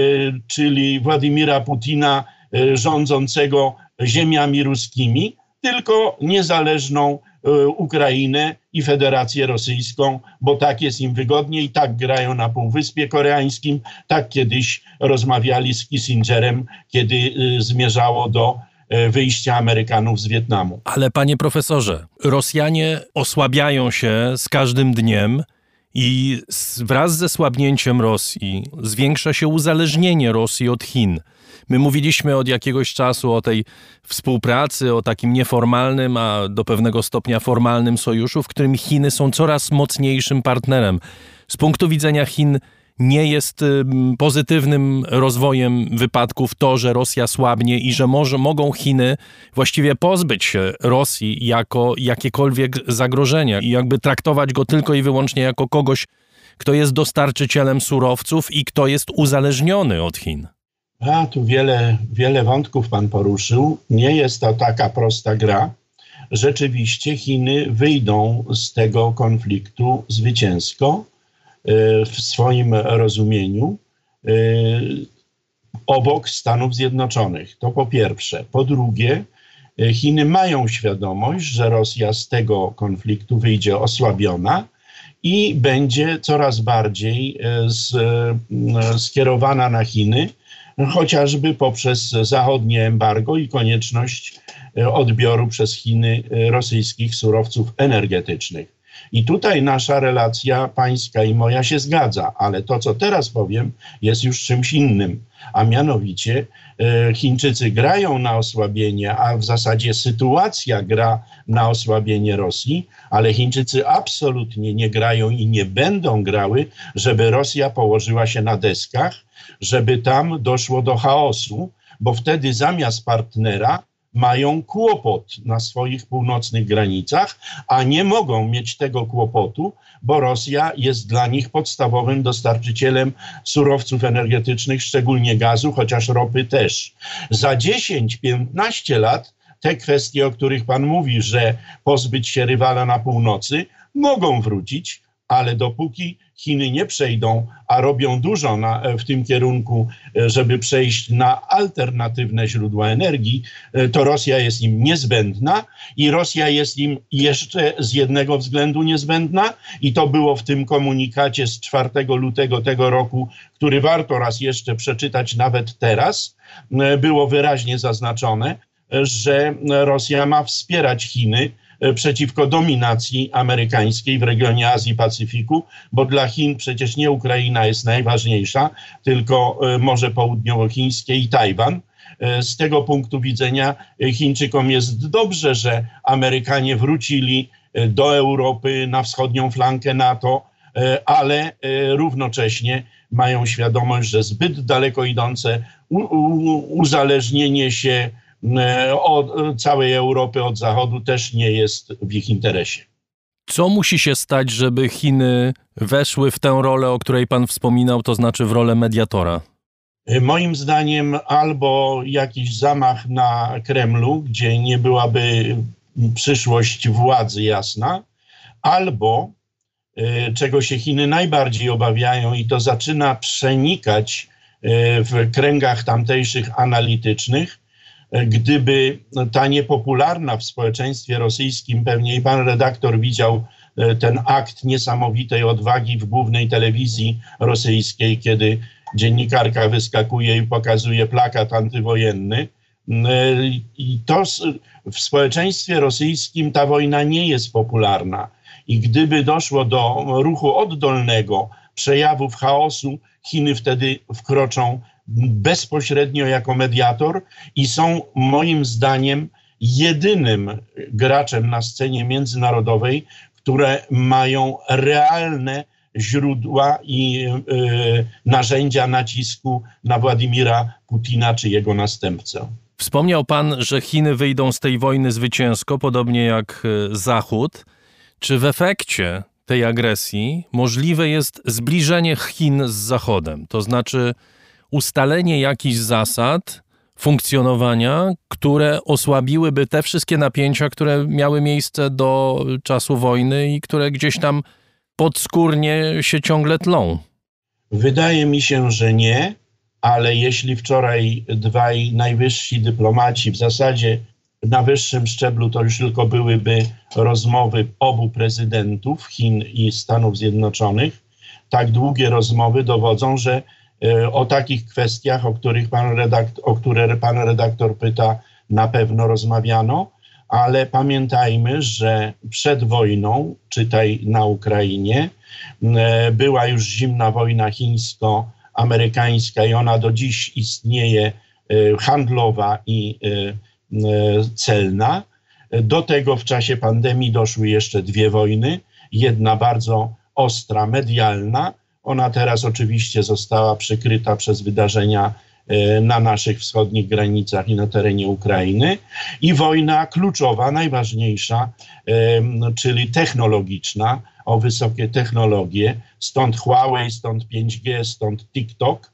C: czyli Władimira Putina rządzącego ziemiami ruskimi, tylko niezależną Ukrainę i Federację Rosyjską, bo tak jest im wygodniej, tak grają na Półwyspie Koreańskim, tak kiedyś rozmawiali z Kissingerem, kiedy zmierzało do wyjścia Amerykanów z Wietnamu.
A: Ale panie profesorze, Rosjanie osłabiają się z każdym dniem i wraz ze słabnięciem Rosji zwiększa się uzależnienie Rosji od Chin. My mówiliśmy od jakiegoś czasu o tej współpracy, o takim nieformalnym, a do pewnego stopnia formalnym sojuszu, w którym Chiny są coraz mocniejszym partnerem. Z punktu widzenia Chin nie jest pozytywnym rozwojem wypadków to, że Rosja słabnie i że mogą Chiny właściwie pozbyć się Rosji jako jakiekolwiek zagrożenia i jakby traktować go tylko i wyłącznie jako kogoś, kto jest dostarczycielem surowców i kto jest uzależniony od Chin.
C: A tu wiele wątków pan poruszył. Nie jest to taka prosta gra. Rzeczywiście Chiny wyjdą z tego konfliktu zwycięsko w swoim rozumieniu obok Stanów Zjednoczonych. To po pierwsze. Po drugie, Chiny mają świadomość, że Rosja z tego konfliktu wyjdzie osłabiona i będzie coraz bardziej skierowana na Chiny, chociażby poprzez zachodnie embargo i konieczność odbioru przez Chiny rosyjskich surowców energetycznych. I tutaj nasza relacja pańska i moja się zgadza, ale to, co teraz powiem, jest już czymś innym. A mianowicie Chińczycy grają na osłabienie, a w zasadzie sytuacja gra na osłabienie Rosji, ale Chińczycy absolutnie nie grają i nie będą grały, żeby Rosja położyła się na deskach, żeby tam doszło do chaosu, bo wtedy zamiast partnera mają kłopot na swoich północnych granicach, a nie mogą mieć tego kłopotu, bo Rosja jest dla nich podstawowym dostarczycielem surowców energetycznych, szczególnie gazu, chociaż ropy też. Za 10-15 lat te kwestie, o których pan mówi, że pozbyć się rywala na północy, mogą wrócić, ale dopóki Chiny nie przejdą, a robią dużo w tym kierunku, żeby przejść na alternatywne źródła energii, to Rosja jest im niezbędna i Rosja jest im jeszcze z jednego względu niezbędna i to było w tym komunikacie z 4 lutego tego roku, który warto raz jeszcze przeczytać nawet teraz, było wyraźnie zaznaczone, że Rosja ma wspierać Chiny przeciwko dominacji amerykańskiej w regionie Azji i Pacyfiku, bo dla Chin przecież nie Ukraina jest najważniejsza, tylko Morze Południowochińskie i Tajwan. Z tego punktu widzenia Chińczykom jest dobrze, że Amerykanie wrócili do Europy na wschodnią flankę NATO, ale równocześnie mają świadomość, że zbyt daleko idące uzależnienie się od całej Europy od Zachodu też nie jest w ich interesie.
A: Co musi się stać, żeby Chiny weszły w tę rolę, o której pan wspominał, to znaczy w rolę mediatora?
C: Moim zdaniem albo jakiś zamach na Kremlu, gdzie nie byłaby przyszłość władzy jasna, albo czego się Chiny najbardziej obawiają i to zaczyna przenikać w kręgach tamtejszych analitycznych, gdyby ta niepopularna w społeczeństwie rosyjskim, pewnie i pan redaktor widział ten akt niesamowitej odwagi w głównej telewizji rosyjskiej, kiedy dziennikarka wyskakuje i pokazuje plakat antywojenny. I to w społeczeństwie rosyjskim ta wojna nie jest popularna. I gdyby doszło do ruchu oddolnego, przejawów chaosu, Chiny wtedy wkroczą bezpośrednio jako mediator i są moim zdaniem jedynym graczem na scenie międzynarodowej, które mają realne źródła i narzędzia nacisku na Władimira Putina czy jego następcę.
A: Wspomniał pan, że Chiny wyjdą z tej wojny zwycięsko, podobnie jak Zachód. Czy w efekcie tej agresji możliwe jest zbliżenie Chin z Zachodem? To znaczy ustalenie jakichś zasad funkcjonowania, które osłabiłyby te wszystkie napięcia, które miały miejsce do czasu wojny i które gdzieś tam podskórnie się ciągle tlą.
C: Wydaje mi się, że nie, ale jeśli wczoraj dwaj najwyżsi dyplomaci, w zasadzie na wyższym szczeblu to już tylko byłyby rozmowy obu prezydentów Chin i Stanów Zjednoczonych, tak długie rozmowy dowodzą, że o takich kwestiach, o które pan redaktor pyta, na pewno rozmawiano, ale pamiętajmy, że przed wojną, czytaj na Ukrainie, była już zimna wojna chińsko-amerykańska i ona do dziś istnieje, handlowa i celna. Do tego w czasie pandemii doszły jeszcze dwie wojny, jedna bardzo ostra, medialna. Ona teraz oczywiście została przykryta przez wydarzenia na naszych wschodnich granicach i na terenie Ukrainy. I wojna kluczowa, najważniejsza, czyli technologiczna, o wysokie technologie. Stąd Huawei, stąd 5G, stąd TikTok.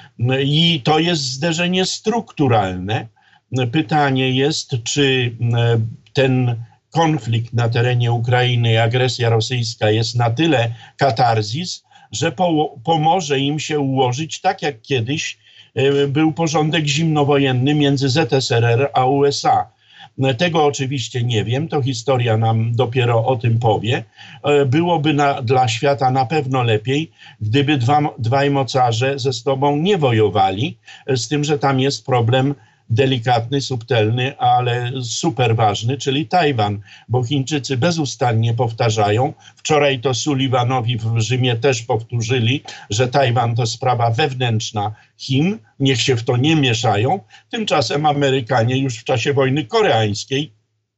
C: I to jest zderzenie strukturalne. Pytanie jest, czy ten konflikt na terenie Ukrainy i agresja rosyjska jest na tyle katarzis, że pomoże im się ułożyć tak jak kiedyś był porządek zimnowojenny między ZSRR a USA. Tego oczywiście nie wiem, to historia nam dopiero o tym powie. Byłoby dla świata na pewno lepiej, gdyby dwaj mocarze ze sobą nie wojowali, z tym, że tam jest problem delikatny, subtelny, ale super ważny, czyli Tajwan, bo Chińczycy bezustannie powtarzają, wczoraj to Sullivanowi w Rzymie też powtórzyli, że Tajwan to sprawa wewnętrzna Chin, niech się w to nie mieszają, tymczasem Amerykanie już w czasie wojny koreańskiej,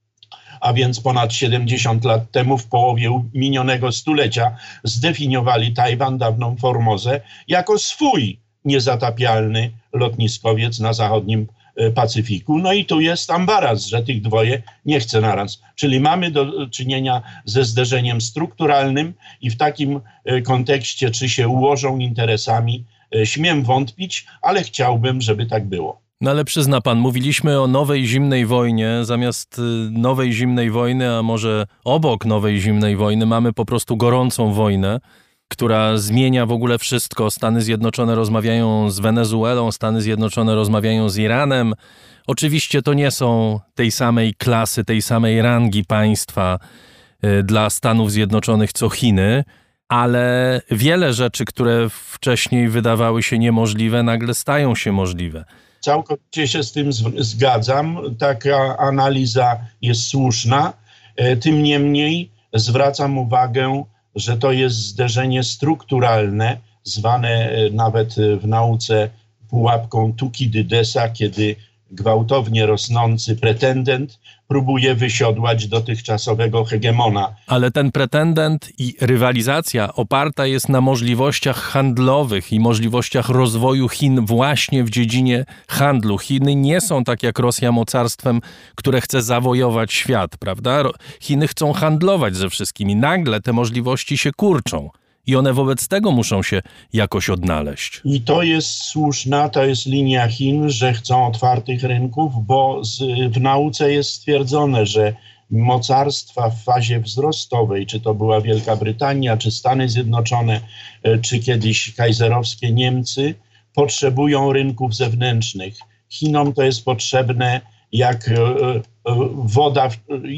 C: a więc ponad 70 lat temu, w połowie minionego stulecia, zdefiniowali Tajwan, dawną Formozę, jako swój niezatapialny lotniskowiec na zachodnim Pacyfiku. No i tu jest ambaras, że tych dwoje nie chce naraz. Czyli mamy do czynienia ze zderzeniem strukturalnym i w takim kontekście, czy się ułożą interesami, śmiem wątpić, ale chciałbym, żeby tak było.
A: No ale przyzna pan, mówiliśmy o nowej zimnej wojnie, zamiast nowej zimnej wojny, a może obok nowej zimnej wojny mamy po prostu gorącą wojnę, która zmienia w ogóle wszystko. Stany Zjednoczone rozmawiają z Wenezuelą, Stany Zjednoczone rozmawiają z Iranem. Oczywiście to nie są tej samej klasy, tej samej rangi państwa dla Stanów Zjednoczonych co Chiny, ale wiele rzeczy, które wcześniej wydawały się niemożliwe, nagle stają się możliwe.
C: Całkowicie się z tym zgadzam. Taka analiza jest słuszna. Tym niemniej zwracam uwagę, że to jest zderzenie strukturalne, zwane nawet w nauce pułapką Thukydidesa, kiedy gwałtownie rosnący pretendent próbuje wysiodłać dotychczasowego hegemona.
A: Ale ten pretendent i rywalizacja oparta jest na możliwościach handlowych i możliwościach rozwoju Chin właśnie w dziedzinie handlu. Chiny nie są tak jak Rosja mocarstwem, które chce zawojować świat, prawda? Chiny chcą handlować ze wszystkimi. Nagle te możliwości się kurczą. I one wobec tego muszą się jakoś odnaleźć.
C: I to jest słuszna, to jest linia Chin, że chcą otwartych rynków, bo w nauce jest stwierdzone, że mocarstwa w fazie wzrostowej, czy to była Wielka Brytania, czy Stany Zjednoczone, czy kiedyś kajzerowskie Niemcy, potrzebują rynków zewnętrznych. Chinom to jest potrzebne jak woda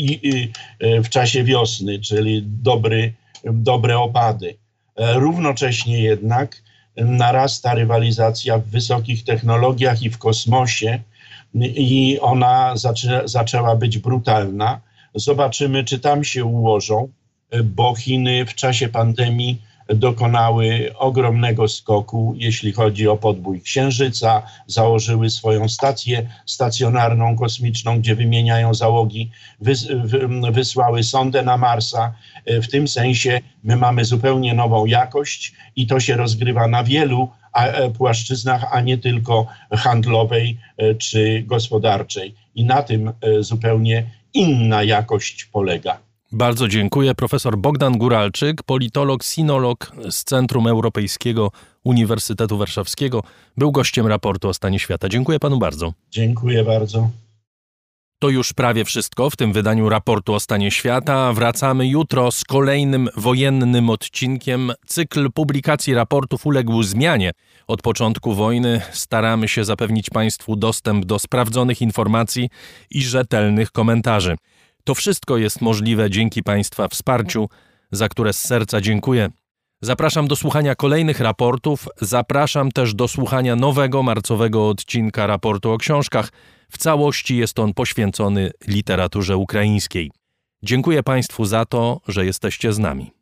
C: w czasie wiosny, czyli dobre opady. Równocześnie jednak narasta rywalizacja w wysokich technologiach i w kosmosie i ona zaczęła być brutalna. Zobaczymy, czy tam się ułożą, bo Chiny w czasie pandemii dokonały ogromnego skoku, jeśli chodzi o podbój Księżyca, założyły swoją stację stacjonarną kosmiczną, gdzie wymieniają załogi, wysłały sondę na Marsa. W tym sensie my mamy zupełnie nową jakość i to się rozgrywa na wielu płaszczyznach, a nie tylko handlowej czy gospodarczej. I na tym zupełnie inna jakość polega.
A: Bardzo dziękuję. Profesor Bogdan Guralczyk, politolog, sinolog z Centrum Europejskiego Uniwersytetu Warszawskiego, był gościem raportu o stanie świata. Dziękuję panu bardzo.
C: Dziękuję bardzo.
A: To już prawie wszystko w tym wydaniu raportu o stanie świata. Wracamy jutro z kolejnym wojennym odcinkiem. Cykl publikacji raportów uległ zmianie. Od początku wojny staramy się zapewnić państwu dostęp do sprawdzonych informacji i rzetelnych komentarzy. To wszystko jest możliwe dzięki państwa wsparciu, za które z serca dziękuję. Zapraszam do słuchania kolejnych raportów. Zapraszam też do słuchania nowego marcowego odcinka raportu o książkach. W całości jest on poświęcony literaturze ukraińskiej. Dziękuję państwu za to, że jesteście z nami.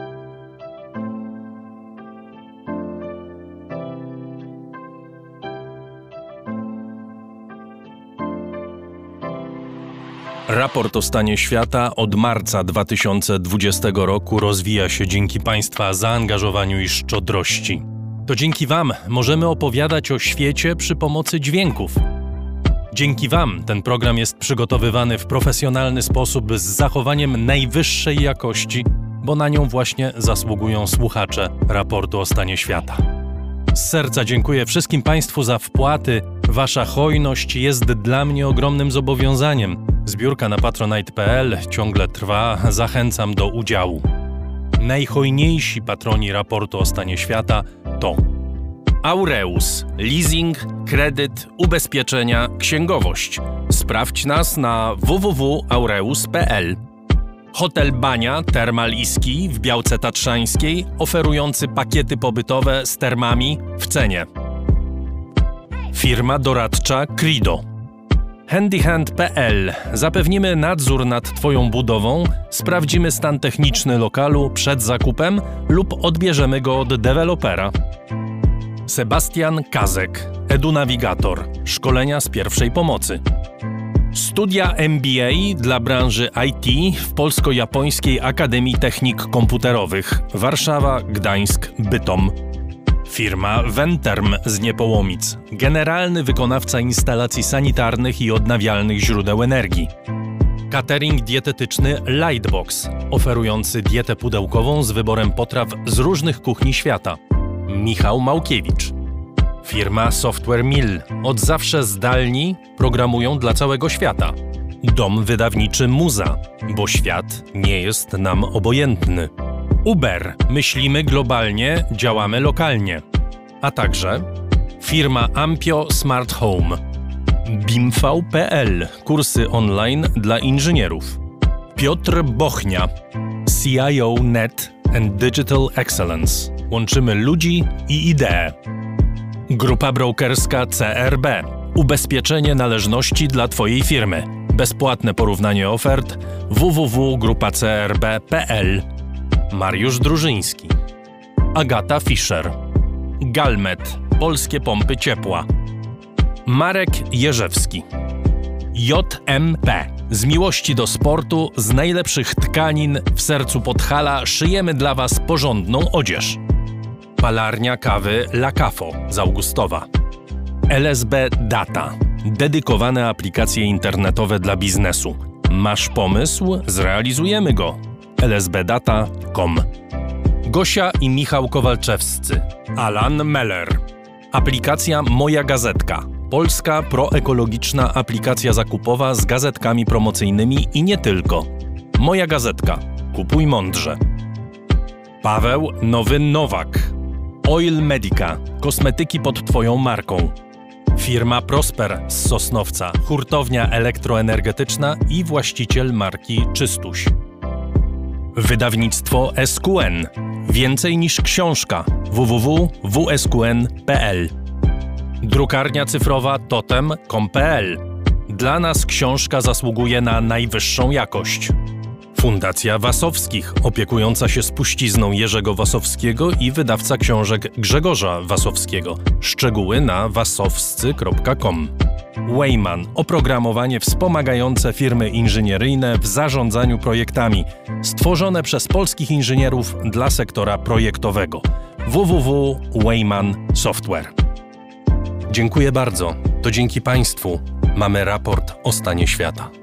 A: Raport o stanie świata od marca 2020 roku rozwija się dzięki państwa zaangażowaniu i szczodrości. To dzięki wam możemy opowiadać o świecie przy pomocy dźwięków. Dzięki wam ten program jest przygotowywany w profesjonalny sposób z zachowaniem najwyższej jakości, bo na nią właśnie zasługują słuchacze raportu o stanie świata. Z serca dziękuję wszystkim państwu za wpłaty. Wasza hojność jest dla mnie ogromnym zobowiązaniem. Zbiórka na patronite.pl ciągle trwa. Zachęcam do udziału. Najhojniejsi patroni raportu o stanie świata to Aureus, leasing, kredyt, ubezpieczenia, księgowość. Sprawdź nas na www.aureus.pl. Hotel Bania Termal i Ski w Białce Tatrzańskiej, oferujący pakiety pobytowe z termami w cenie. Firma doradcza Crido. Handyhand.pl. Zapewnimy nadzór nad twoją budową, sprawdzimy stan techniczny lokalu przed zakupem lub odbierzemy go od dewelopera. Sebastian Kazek, edunawigator, szkolenia z pierwszej pomocy. Studia MBA dla branży IT w Polsko-Japońskiej Akademii Technik Komputerowych Warszawa, Gdańsk, Bytom. Firma Venterm z Niepołomic, generalny wykonawca instalacji sanitarnych i odnawialnych źródeł energii. Catering dietetyczny Lightbox, oferujący dietę pudełkową z wyborem potraw z różnych kuchni świata. Michał Małkiewicz. Firma Software Mill. Od zawsze zdalni programują dla całego świata. Dom wydawniczy Muza, bo świat nie jest nam obojętny. Uber. Myślimy globalnie, działamy lokalnie. A także firma Ampio Smart Home. Bimv.pl. Kursy online dla inżynierów. Piotr Bochnia. CIO Net and Digital Excellence. Łączymy ludzi i idee. Grupa brokerska CRB. Ubezpieczenie należności dla twojej firmy. Bezpłatne porównanie ofert www.grupacrb.pl. Mariusz Drużyński. Agata Fischer. Galmet. Polskie pompy ciepła. Marek Jerzewski. JMP. Z miłości do sportu, z najlepszych tkanin w sercu Podhala szyjemy dla Was porządną odzież. Palarnia kawy La Cafo z Augustowa. LSB Data. Dedykowane aplikacje internetowe dla biznesu. Masz pomysł? Zrealizujemy go. lsbdata.com. Gosia i Michał Kowalczewscy. Alan Meller. Aplikacja Moja Gazetka. Polska proekologiczna aplikacja zakupowa z gazetkami promocyjnymi i nie tylko. Moja Gazetka. Kupuj mądrze. Paweł Nowy Nowak. Oil Medica. Kosmetyki pod Twoją marką. Firma Prosper z Sosnowca. Hurtownia elektroenergetyczna i właściciel marki Czystuś. Wydawnictwo SQN. Więcej niż książka. www.wsqn.pl. Drukarnia cyfrowa totem.com.pl. Dla nas książka zasługuje na najwyższą jakość. Fundacja Wasowskich, opiekująca się spuścizną Jerzego Wasowskiego i wydawca książek Grzegorza Wasowskiego. Szczegóły na wasowscy.com. Wayman, oprogramowanie wspomagające firmy inżynieryjne w zarządzaniu projektami, stworzone przez polskich inżynierów dla sektora projektowego. www.Wayman Software. Dziękuję bardzo. To dzięki Państwu mamy raport o stanie świata.